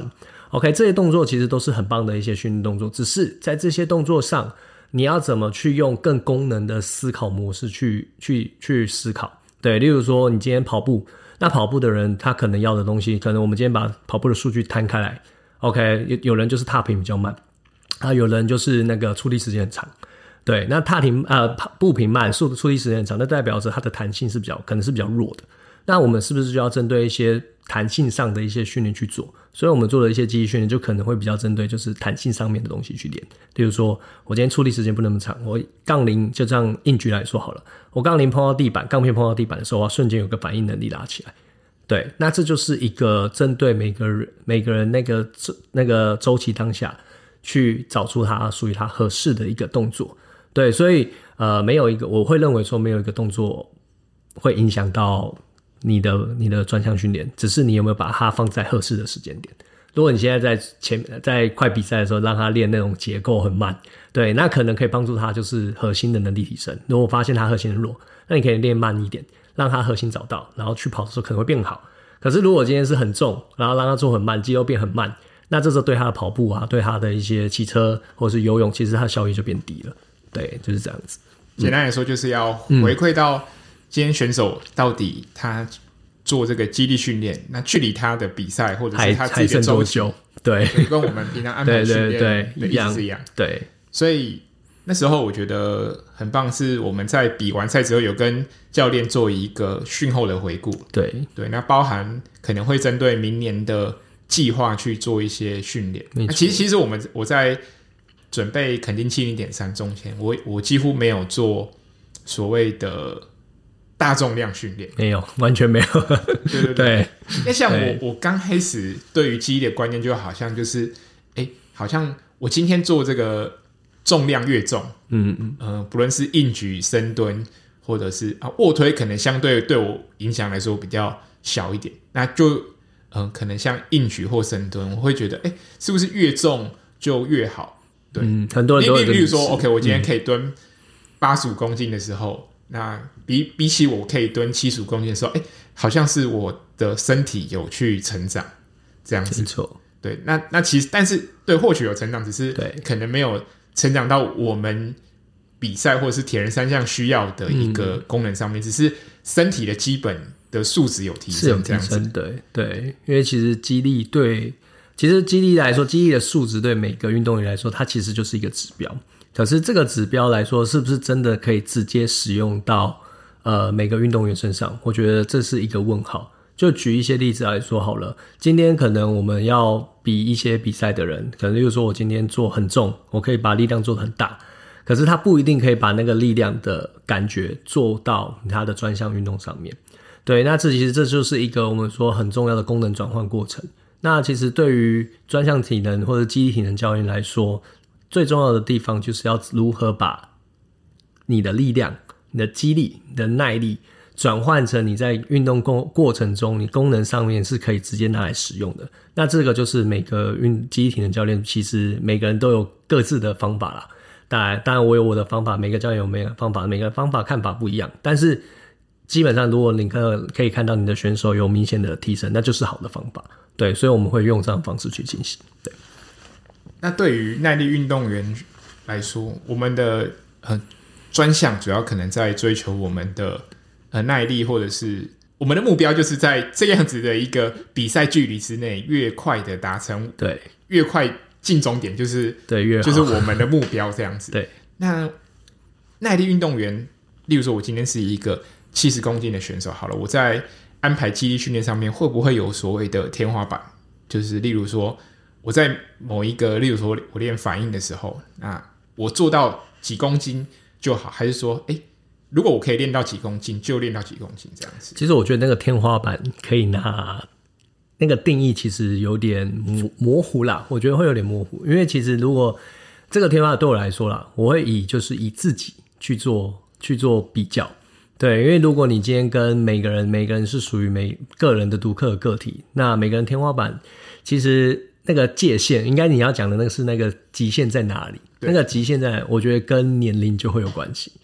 OK， 这些动作其实都是很棒的一些训练动作，只是在这些动作上，你要怎么去用更功能的思考模式去思考。对，例如说你今天跑步，那跑步的人他可能要的东西，可能我们今天把跑步的数据摊开来 OK， 有人就是踏频比较慢，有人就是那个触地时间很长。对，那步频慢，触地时间很长，那代表着它的弹性是可能是比较弱的。那我们是不是就要针对一些弹性上的一些训练去做？所以我们做的一些肌力训练就可能会比较针对就是弹性上面的东西去练。例如说我今天触地时间不那么长，我杠铃就这样硬举来说好了，我杠铃碰到地板，杠片碰到地板的时候，我要瞬间有个反应能力拉起来。对，那这就是一个针对每个人那个周期当下去找出它属于它合适的一个动作。对，所以没有一个，我会认为说没有一个动作会影响到你的专项训练，只是你有没有把它放在合适的时间点。如果你现在在快比赛的时候让他练那种结构很慢，对，那可能可以帮助他就是核心的能力提升。如果发现他核心很弱，那你可以练慢一点，让他核心找到，然后去跑的时候可能会变好。可是如果今天是很重，然后让他做很慢，肌肉变很慢，那这时候对他的跑步啊，对他的一些骑车或是游泳，其实他的效益就变低了。对，就是这样子。 简单来说，就是要回馈到今天选手到底他做这个肌力训练，那距离他的比赛或者是他自己的周期， 对， 跟我们平常安排训练的意思是一样。 对， 所以那时候我觉得很棒，是我们在比完赛之后有跟教练做一个训后的回顾。 对， 那包含可能会针对明年的计划去做一些训练。那其实我在准备肯定70.3中前，我几乎没有做所谓的大重量训练， 没有，完全没有。对， 那像我刚开始对于肌力的观念就好像就是，好像我今天做这个重量越重，不论是硬举、深蹲，或者是卧推，可能相对对我影响来说比较小一点。那就可能像硬举或深蹲，我会觉得，是不是越重就越好？对， 很多人都例如说 ，OK， 我今天可以蹲85公斤的时候，那比起我可以蹲75公斤的时候，好像是我的身体有去成长，这样子。 没错， 对，那其实，但是对，或许有成长，只是可能没有成长到我们比赛或者是铁人三项需要的一个功能上面，只是身体的基本的素质有提升， 是有提升，对，因为其实肌力来说，肌力的素质对每个运动员来说，它其实就是一个指标。可是这个指标来说，是不是真的可以直接使用到每个运动员身上？我觉得这是一个问号。就举一些例子来说好了，今天可能我们要比一些比赛的人，可能例如说我今天做很重，我可以把力量做得很大，可是他不一定可以把那个力量的感觉做到他的专项运动上面。对，那其实这就是一个我们说很重要的功能转换过程。那其实对于专项体能或者肌力体能教练来说，最重要的地方就是要如何把你的力量、你的肌力、你的耐力转换成你在运动过程中你功能上面是可以直接拿来使用的。那这个就是每个肌力体能教练其实每个人都有各自的方法啦。当然我有我的方法，每个教练有每个方法，每个方法看法不一样，但是基本上如果你可以看到你的选手有明显的提升，那就是好的方法。对，所以我们会用这样的方式去进行。对， 那对于耐力运动员来说，我们的专项主要可能在追求我们的耐力，或者是我们的目标就是在这样子的一个比赛距离之内，越快的达成， 对， 越快进终点，就是对，越好， 就是我们的目标这样子。 对， 那耐力运动员，例如说我今天是一个70公斤的选手，好了，我在安排肌力训练上面会不会有所谓的天花板？就是例如说我在某一个，例如说我练反应的时候，那我做到几公斤就好，还是说如果我可以练到几公斤就练到几公斤这样子？ 其实我觉得那个天花板可以那个定义其实有点模糊啦，我觉得会有点模糊，因为其实如果这个天花板对我来说啦，我会以自己去做比较。对，因为如果你今天跟每个人是属于每个人的独特的个体，那每个人天花板其实那个界限，应该你要讲的那个是那个极限在哪里？那个极限在哪里，我觉得跟年龄就会有关系。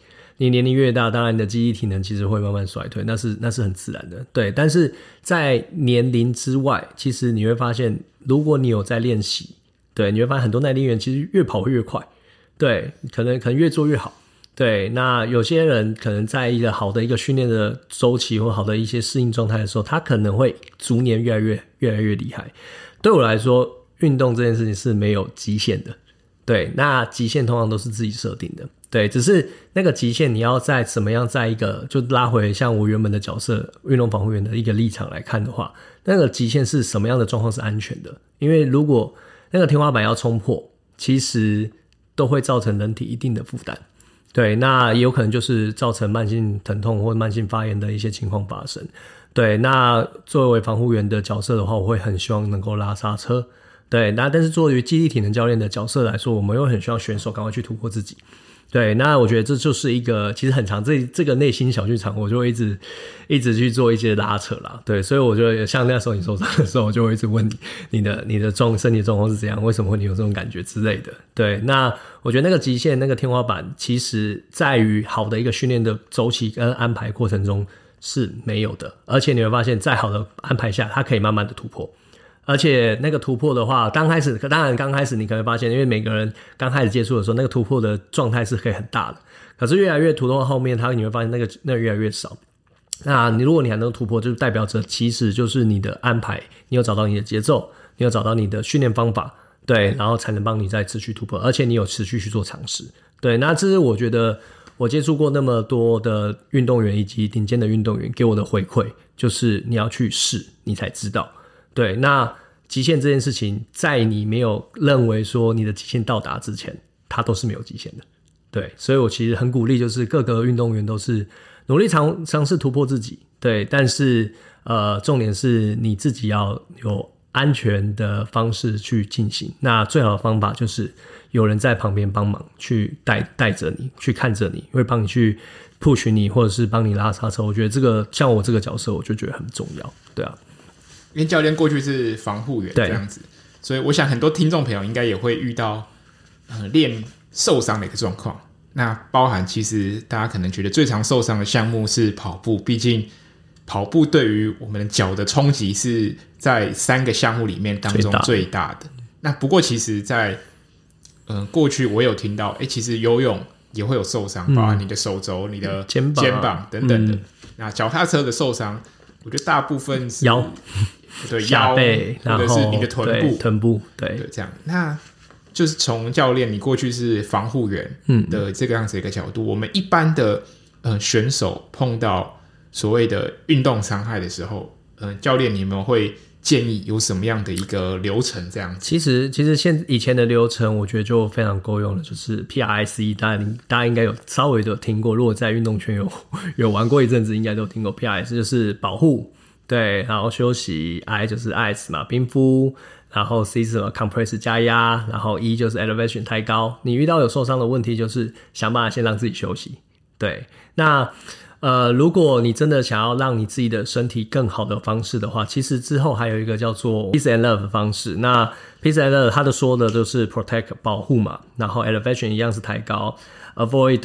你年龄越大，当然你的记忆体能其实会慢慢衰退，那是很自然的。对，但是在年龄之外，其实你会发现，如果你有在练习，对，你会发现很多耐力员其实越跑越快，对，可能越做越好。对，那有些人可能在一个好的一个训练的周期或好的一些适应状态的时候，他可能会逐年越来越厉害。对我来说，运动这件事情是没有极限的。对，那极限通常都是自己设定的。对，只是那个极限你要在怎么样，在一个就拉回像我原本的角色运动防护员的一个立场来看的话，那个极限是什么样的状况是安全的？因为如果那个天花板要冲破，其实都会造成人体一定的负担。对，那也有可能就是造成慢性疼痛或慢性发炎的一些情况发生。对，那作为防护员的角色的话，我会很希望能够拉刹车。对，那但是作为肌力体能教练的角色来说，我们又很希望选手赶快去突破自己。对，那我觉得这就是一个其实很长这个内心小剧场，我就会一直去做一些拉扯啦。对，所以我觉得像那时候你受伤的时候，我就会一直问你的身体状况是怎样，为什么会你有这种感觉之类的。对，那我觉得那个极限那个天花板，其实在于好的一个训练的周期跟安排过程中是没有的，而且你会发现在好的安排下，它可以慢慢的突破。而且那个突破的话，当然刚开始你可能发现，因为每个人刚开始接触的时候，那个突破的状态是可以很大的。可是越来越突破后面，你会发现那个越来越少。那如果你还能突破，就代表着其实就是你的安排，你有找到你的节奏，你有找到你的训练方法，对，然后才能帮你再持续突破，而且你有持续去做尝试。对，那这是我觉得我接触过那么多的运动员以及顶尖的运动员给我的回馈，就是你要去试，你才知道。对，那极限这件事情，在你没有认为说你的极限到达之前，它都是没有极限的。对，所以我其实很鼓励，就是各个运动员都是努力尝试突破自己。对，但是重点是你自己要有安全的方式去进行。那最好的方法就是有人在旁边帮忙，去带着你，去看着你，会帮你去 push 你，或者是帮你拉刹车。我觉得这个像我这个角色，我就觉得很重要。对啊。 因为教练过去是防护员这样子，所以我想很多听众朋友应该也会遇到练受伤的一个状况。那包含其实大家可能觉得最常受伤的项目是跑步，毕竟跑步对于我们的脚的冲击是在3个项目里面当中最大的。那不过其实在过去我有听到其实游泳也会有受伤，包含你的手肘、你的肩膀等等的。那脚踏车的受伤，我觉得大部分是腰， 对，腰背， 或者是你的臀部， 对， 这样。那就是从教练，你过去是防护员的这个样子的一个角度，我们一般的选手碰到所谓的运动伤害的时候，教练你们会建议有什么样的一个流程这样子？ 其实以前的流程，我觉得就非常够用了，就是 PRIC， 大家应该有稍微的听过，如果在运动圈有玩过一阵子，应该都听过 PRIC， 就是保护，对，然后休息 ，I 就是 ice 嘛，冰敷，然后 C 是什么 compress 加压，然后 E 就是 elevation 抬高。你遇到有受伤的问题，就是想办法先让自己休息。对，那如果你真的想要让你自己的身体更好的方式的话，其实之后还有一个叫做 Peace and Love 的方式。那 Peace and Love 它的说的就是 protect 保护嘛，然后 elevation 一样是抬高， avoid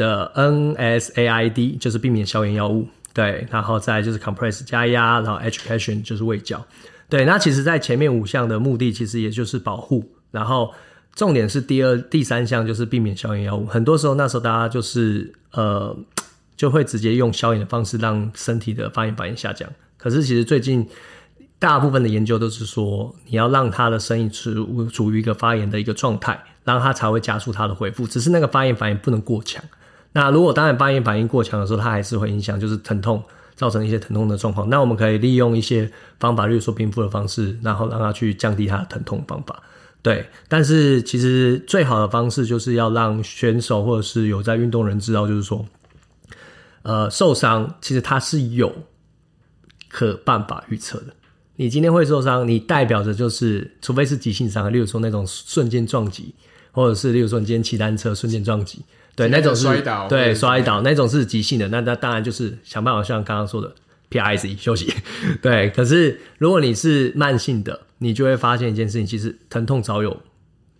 NSAID 就是避免消炎药物，对，然后再来就是 compress 加压，然后 education 就是卫教。对，那其实在前面5项的目的其实也就是保护，然后重点是第3项就是避免消炎药物。很多时候那时候大家就是就会直接用消炎的方式让身体的发炎反应下降。可是其实最近大部分的研究都是说，你要让他的身体处于一个发炎的一个状态，让他才会加速他的恢复。只是那个发炎反应不能过强。那如果当然发炎反应过强的时候，它还是会影响就是疼痛，造成一些疼痛的状况。那我们可以利用一些方法，例如说冰敷的方式，然后让他去降低他的疼痛方法。对，但是其实最好的方式就是要让选手或者是有在运动人知道，就是说受伤其实它是有可办法预测的。你今天会受伤，你代表着就是除非是急性伤害，例如说那种瞬间撞击，或者是例如说你今天骑单车瞬间撞击，对，那种是摔倒那种是急性的，那当然就是想办法像刚刚说的 PRIC 休息。对，可是如果你是慢性的，你就会发现一件事情，其实疼痛早有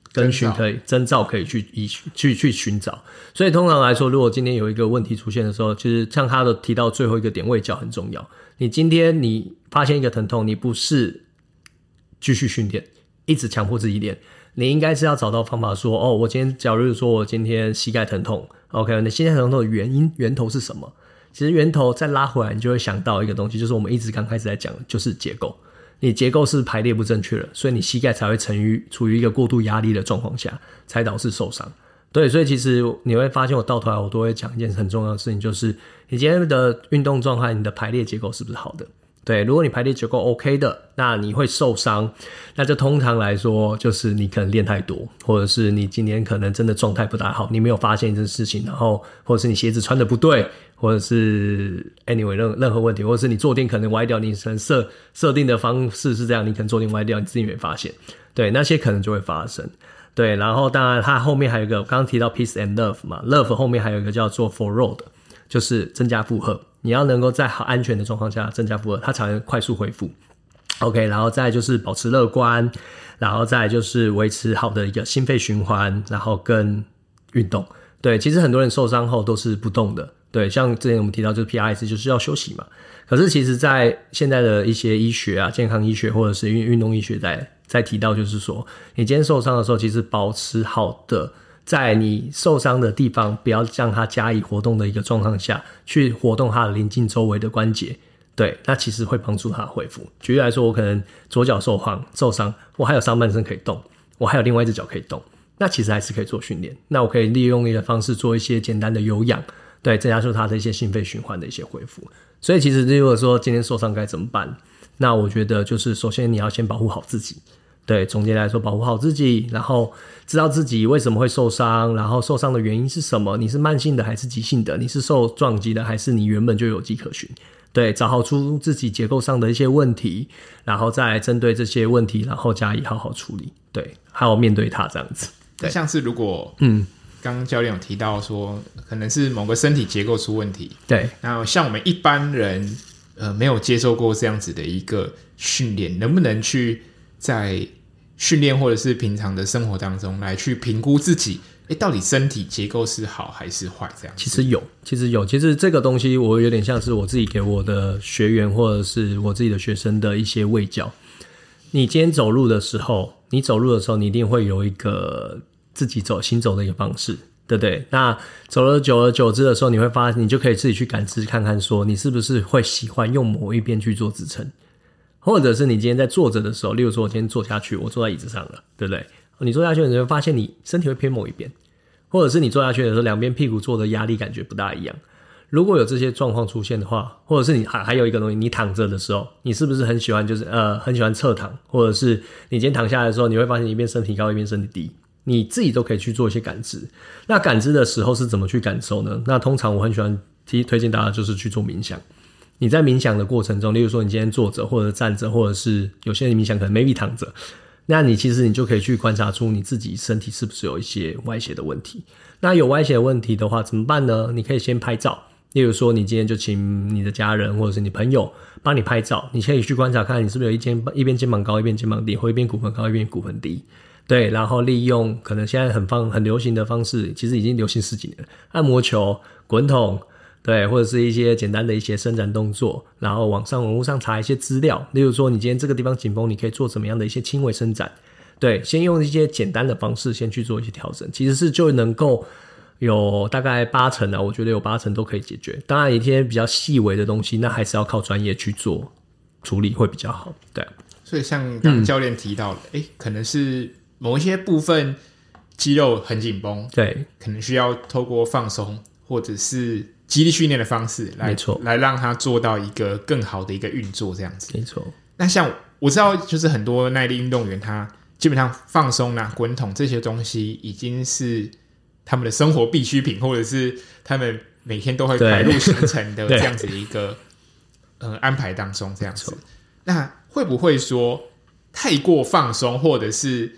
跟循可以征兆可以去寻找。所以通常来说，如果今天有一个问题出现的时候，就是像他的提到最后一个点，卫教很重要。你今天你发现一个疼痛，你不是继续训练，一直强迫自己练，你应该是要找到方法说，我今天假如说我今天膝盖疼痛 ，OK， 你膝盖疼痛的源头是什么？其实源头再拉回来，你就会想到一个东西，就是我们一直刚开始在讲的，就是结构。你结构是排列不正确了，所以你膝盖才会处于一个过度压力的状况下，才导致受伤。对，所以其实你会发现我到头来我都会讲一件很重要的事情，就是你今天的运动状态，你的排列结构是不是好的？对，如果你排列结构 OK 的，那你会受伤，那就通常来说就是你可能练太多，或者是你今天可能真的状态不大好，你没有发现这件事情，然后或者是你鞋子穿的不对，或者是 anyway 任何问题，或者是你坐垫可能歪掉，你可能设定的方式是这样，你可能坐垫歪掉，你自己没发现，对，那些可能就会发生。对，然后当然它后面还有一个刚刚提到 peace and love 嘛， love 后面还有一个叫做 forward， 就是增加负荷，你要能够在安全的状况下增加负荷，它才能快速恢复。 OK， 然后再来就是保持乐观，然后再来就是维持好的一个心肺循环，然后跟运动。对，其实很多人受伤后都是不动的，对，像之前我们提到就是 PRS 就是要休息嘛，可是其实在现在的一些医学啊，健康医学或者是运动医学在提到，就是说你今天受伤的时候，其实保持好的在你受伤的地方不要让它加以活动的一个状况下去活动它的邻近周围的关节，对，那其实会帮助它恢复。举例来说，我可能左脚受伤，我还有上半身可以动，我还有另外一只脚可以动，那其实还是可以做训练，那我可以利用一个方式做一些简单的有氧，对，增加出它的一些心肺循环的一些恢复。所以其实如果说今天受伤该怎么办，那我觉得就是首先你要先保护好自己，对，总结来说保护好自己，然后知道自己为什么会受伤，然后受伤的原因是什么，你是慢性的还是急性的，你是受撞击的还是你原本就有迹可循，对，找好出自己结构上的一些问题，然后再来针对这些问题然后加以好好处理，对，还有面对它这样子。对， 像是如果刚刚教练有提到说可能是某个身体结构出问题， 对， 那像我们一般人没有接受过这样子的一个训练，能不能去在训练或者是平常的生活当中来去评估自己到底身体结构是好还是坏这样子？其实这个东西我有点像是我自己给我的学员或者是我自己的学生的一些卫教。你今天走路的时候你一定会有一个自己行走的一个方式，对不对？那走了久而久之的时候，你会发现你就可以自己去感知看看说你是不是会喜欢用某一边去做支撑，或者是你今天在坐着的时候，例如说我今天坐下去，我坐在椅子上了，对不对？你坐下去你会发现你身体会偏某一边，或者是你坐下去的时候两边屁股坐的压力感觉不大一样。如果有这些状况出现的话，或者是你还有一个东西，你躺着的时候你是不是很喜欢很喜欢侧躺，或者是你今天躺下来的时候你会发现一边身体高一边身体低，你自己都可以去做一些感知。那感知的时候是怎么去感受呢？那通常我很喜欢推荐大家就是去做冥想。你在冥想的过程中，例如说你今天坐着或者站着，或者是有些人冥想可能 maybe 躺着，那你其实你就可以去观察出你自己身体是不是有一些歪斜的问题。那有歪斜的问题的话怎么办呢？你可以先拍照，例如说你今天就请你的家人或者是你朋友帮你拍照，你可以去观察看你是不是有一边肩膀高一边肩膀低，或一边骨盆高一边骨盆低，对，然后利用可能现在很流行的方式，其实已经流行10几年了，按摩球、滚筒，对，或者是一些简单的一些伸展动作，然后网络上查一些资料，例如说你今天这个地方紧绷，你可以做怎么样的一些轻微伸展，对，先用一些简单的方式先去做一些调整，其实是就能够有大概80%啊，我觉得有80%都可以解决。当然一些比较细微的东西，那还是要靠专业去做处理会比较好，对。 所以像刚刚教练提到的，可能是某一些部分肌肉很紧绷， 对， 可能需要透过放松或者是肌力训练的方式来让它做到一个更好的一个运作这样子。 没错。 那像我知道就是很多耐力运动员他基本上放松啊、滚筒这些东西已经是他们的生活必需品，或者是他们每天都会排入行程的这样子的一个安排当中这样子。那会不会说太过放松，或者是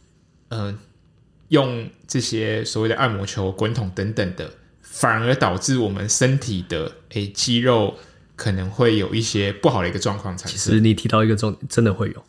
用这些所谓的按摩球、滚筒等等的，反而导致我们身体的肌肉可能会有一些不好的一个状况产生？ 其实你提到一个真的会有，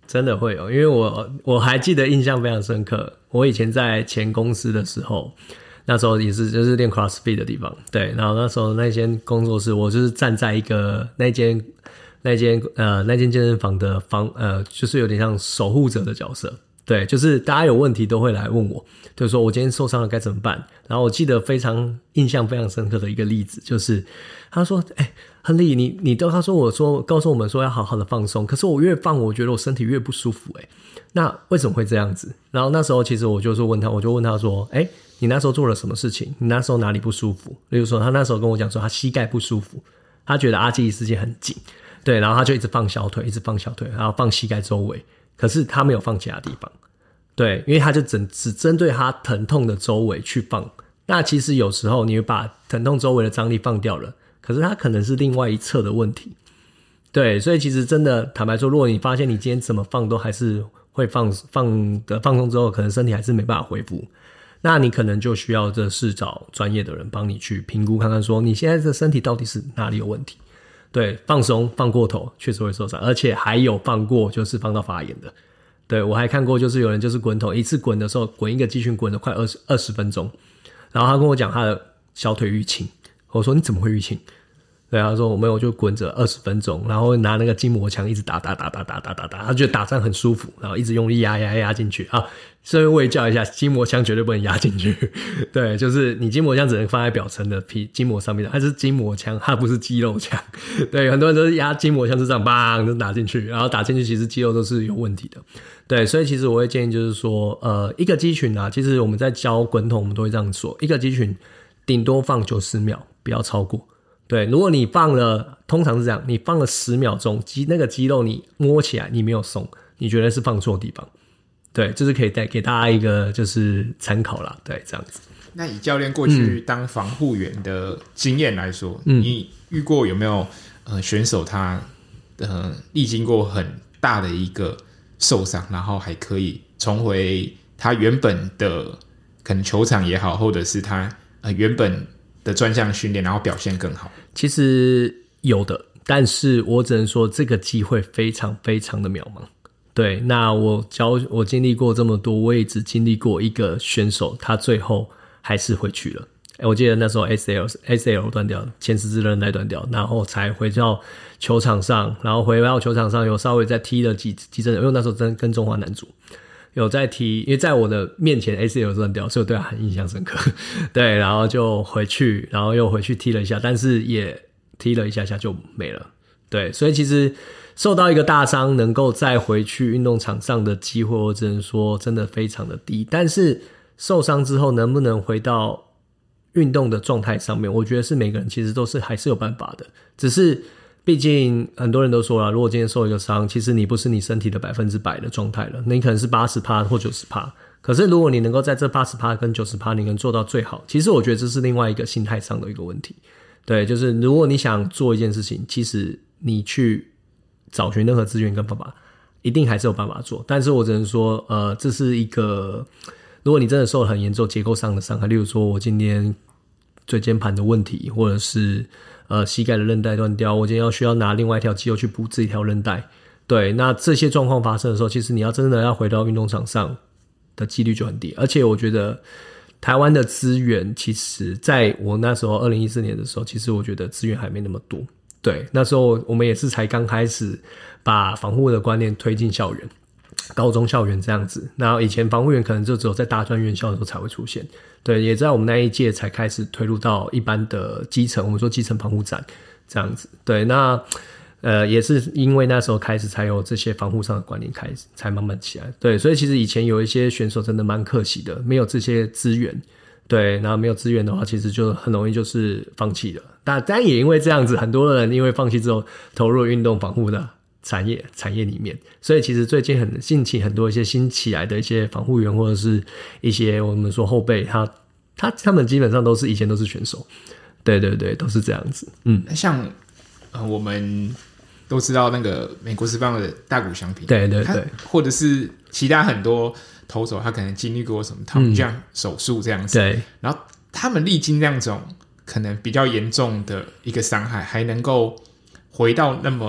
真的会有，因为我还记得印象非常深刻。我以前在前公司的时候，那时候也是就是练 CrossFit 的地方，对，然后那时候那间工作室，我就是站在一个那间健身房的就是有点像守护者的角色。对，就是大家有问题都会来问我，就是说我今天受伤了该怎么办。然后我记得印象非常深刻的一个例子，就是他说亨利，你都告诉我们说要好好的放松，可是我越放我觉得我身体越不舒服，那为什么会这样子？然后那时候其实我就问他说你那时候做了什么事情？你那时候哪里不舒服？例如说他那时候跟我讲说他膝盖不舒服，他觉得阿基里斯腱很紧，对，然后他就一直放小腿，然后放膝盖周围，可是他没有放其他地方。对，因为他就只针对他疼痛的周围去放。那其实有时候你把疼痛周围的张力放掉了，可是它可能是另外一侧的问题。对，所以其实真的坦白说，如果你发现你今天怎么放都还是会放松之后，可能身体还是没办法恢复，那你可能就需要是找专业的人帮你去评估看看，说你现在的身体到底是哪里有问题。对，放松放过头确实会受伤，而且还有放过就是放到发炎的。对，我还看过就是有人就是滚筒，一次滚的时候滚一个肌群滚了快20分钟，然后他跟我讲他的小腿淤青，我说你怎么会淤青？对，他说我就滚着20分钟，然后拿那个筋膜枪一直打，他觉得打仗很舒服，然后一直用力压进去啊。所以我也教一下，筋膜枪绝对不能压进去。对，就是你筋膜枪只能放在表层的筋膜上面的，它是筋膜枪，它不是肌肉枪。对，很多人都是压筋膜枪是这样bang就打进去，然后打进去其实肌肉都是有问题的。对，所以其实我会建议就是说一个肌群啊，其实我们在教滚筒我们都会这样说，一个肌群顶多放90秒，不要超过。对，如果你放了，通常是这样，你放了10秒钟，那个肌肉你摸起来你没有松，你觉得是放错地方。对，就是可以带给大家一个就是参考啦。对，这样子。 那以教练过去当防护员的经验来说，你遇过有没有选手他历经过很大的一个受伤，然后还可以重回他原本的可能球场也好，或者是他原本的专项训练，然后表现更好？ 其实有的，但是我只能说这个机会非常非常的渺茫。对，那我经历过这么多，我也只经历过一个选手，他最后还是回去了。我记得那时候 ACL 断掉，前十字韧带断掉，然后才回到球场上，然后回到球场上有稍微再踢了几阵，因为那时候真跟中华男足有在踢，因为在我的面前 ACL 断掉，所以我对他很印象深刻。对，然后就回去，然后又回去踢了一下，但是也踢了一下就没了。对，所以其实受到一个大伤能够再回去运动场上的机会，我只能说真的非常的低。但是受伤之后能不能回到运动的状态上面，我觉得是每个人其实还是有办法的。只是毕竟很多人都说了，如果今天受一个伤，其实你不是你身体的100%的状态了，你可能是80% 或 90%。可是如果你能够在这 80% 跟 90% 你能做到最好，其实我觉得这是另外一个心态上的一个问题。对，就是如果你想做一件事情，其实你去找寻任何资源跟方法，一定还是有办法做。但是我只能说这是一个，如果你真的受了很严重结构上的伤害，例如说我今天椎间盘的问题，或者是膝盖的韧带断掉，我今天需要拿另外一条肌肉去补这一条韧带。对，那这些状况发生的时候，其实你要真的要回到运动场上的几率就很低。而且我觉得台湾的资源，其实在我那时候2014年的时候，其实我觉得资源还没那么多。对，那时候我们也是才刚开始把防护的观念推进校园，高中校园这样子。然后以前防护员可能就只有在大专院校的时候才会出现。对，也在我们那一届才开始推入到一般的基层，我们说基层防护站这样子。对，那也是因为那时候开始才有这些防护上的观念开始才慢慢起来。对，所以其实以前有一些选手真的蛮可惜的，没有这些资源。对，然后没有资源的话，其实就很容易就是放弃了。但也因为这样子，很多人因为放弃之后投入运动防护的产业里面，所以其实最近兴起很多一些新起来的一些防护员，或者是一些我们说后辈，他们基本上以前都是选手。对对对，都是这样子。 像我们都知道那个美国职棒的大谷翔平， 对对对， 或者是其他很多投手，他可能经历过什么Tom John手术这样子， 对， 然后他们历经这样种可能比较严重的一个伤害，还能够回到那么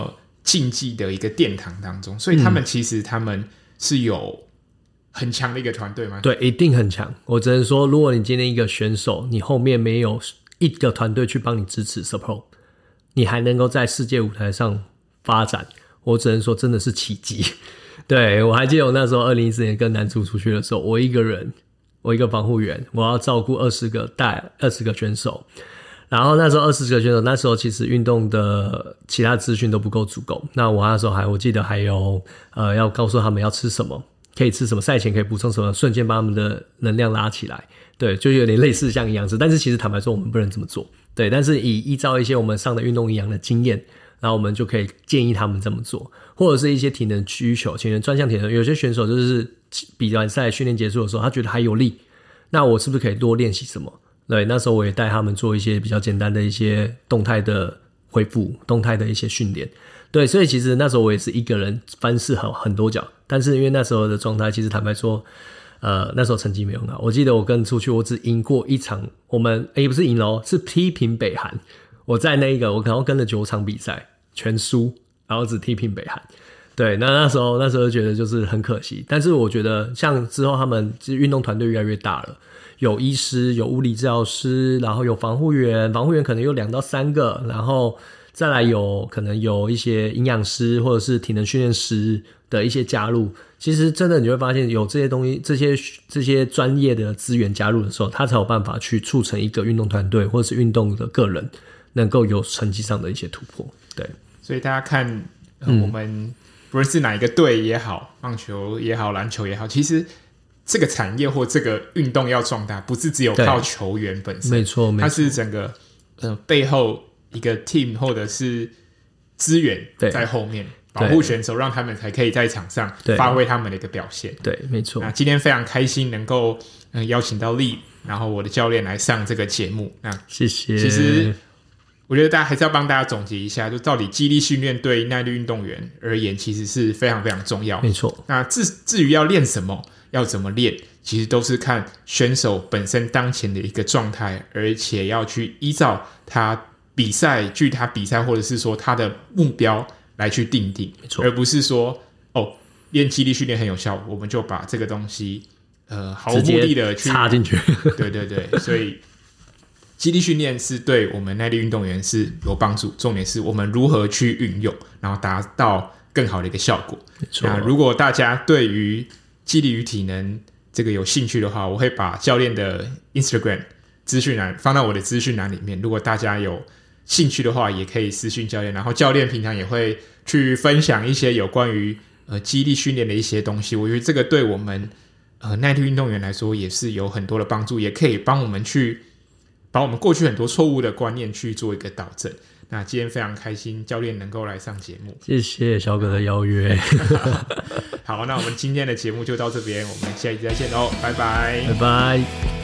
竞技的一个殿堂当中，所以他们其实他们是有很强的一个团队吗？ 对，一定很强。我只能说，如果你今天一个选手，你后面没有一个团队去帮你支持 support， 你还能够在世界舞台上发展，我只能说真的是奇迹。对，我还记得我那时候2014年跟男主出去的时候，我一个人，我一个防护员，我要照顾带20个选手。然后那时候20个选手，那时候其实运动的其他资讯都不够足够。那我那时候我记得还有要告诉他们要吃什么，可以吃什么，赛前可以补充什么，瞬间把他们的能量拉起来。对，就有点类似像营养师，但是其实坦白说我们不能这么做。对，但是依照一些我们上的运动营养的经验，然后我们就可以建议他们这么做，或者是一些体能需求，专项体能，有些选手就是比完赛训练结束的时候，他觉得还有力，那我是不是可以多练习什么？对，那时候我也带他们做一些比较简单的一些动态的恢复，动态的一些训练。对，所以其实那时候我也是一个人翻试很多脚，但是因为那时候的状态，其实坦白说，那时候成绩没有很好。我记得我跟出去，我只赢过一场，我们不是赢咯，是踢平北韩。我在那一个，我可能跟了9场比赛，全输，然后只踢平北韩。对，那时候觉得就是很可惜，但是我觉得像之后他们运动团队越来越大了。有医师，有物理治疗师，然后有防护员可能有2到3个，然后再来可能有一些营养师或者是体能训练师的一些加入。其实真的你会发现有这些东西，这些专业的资源加入的时候，他才有办法去促成一个运动团队或者是运动的个人能够有成绩上的一些突破。对， 所以大家看，我们不论是哪一个队也好，棒球也好，篮球也好，其实这个产业或这个运动要壮大，不是只有靠球员本身， 没错， 它是整个背后一个 team 或者是资源在后面保护选手，让他们才可以在场上发挥他们的一个表现。 对，没错。 那今天非常开心能够邀请到Lee，然后我的教练来上这个节目。那谢谢。 其实我觉得大家还是要帮大家总结一下，就到底肌力训练对耐力运动员而言，其实是非常非常重要。 没错。那至于要练什么，要怎么练，其实都是看选手本身当前的一个状态，而且要去依照他比赛或者是说他的目标来去定，而不是说练肌力训练很有效，我们就把这个东西毫无目的的去插进去。 对对对，所以肌力训练是对我们耐力运动员是有帮助，重点是我们如何去运用，然后达到更好的一个效果。那如果大家对于肌力与体能这个有兴趣的话，我会把教练的 Instagram 资讯栏放到我的资讯栏里面，如果大家有兴趣的话也可以私讯教练，然后教练平常也会去分享一些有关于肌力训练的一些东西。我觉得这个对我们耐力运动员来说也是有很多的帮助，也可以帮我们去把我们过去很多错误的观念去做一个导正。那今天非常开心教练能够来上节目， 谢谢小葛的邀约。 好，那我们今天的节目就到这边，我们下一集再见喽，拜拜， 拜拜。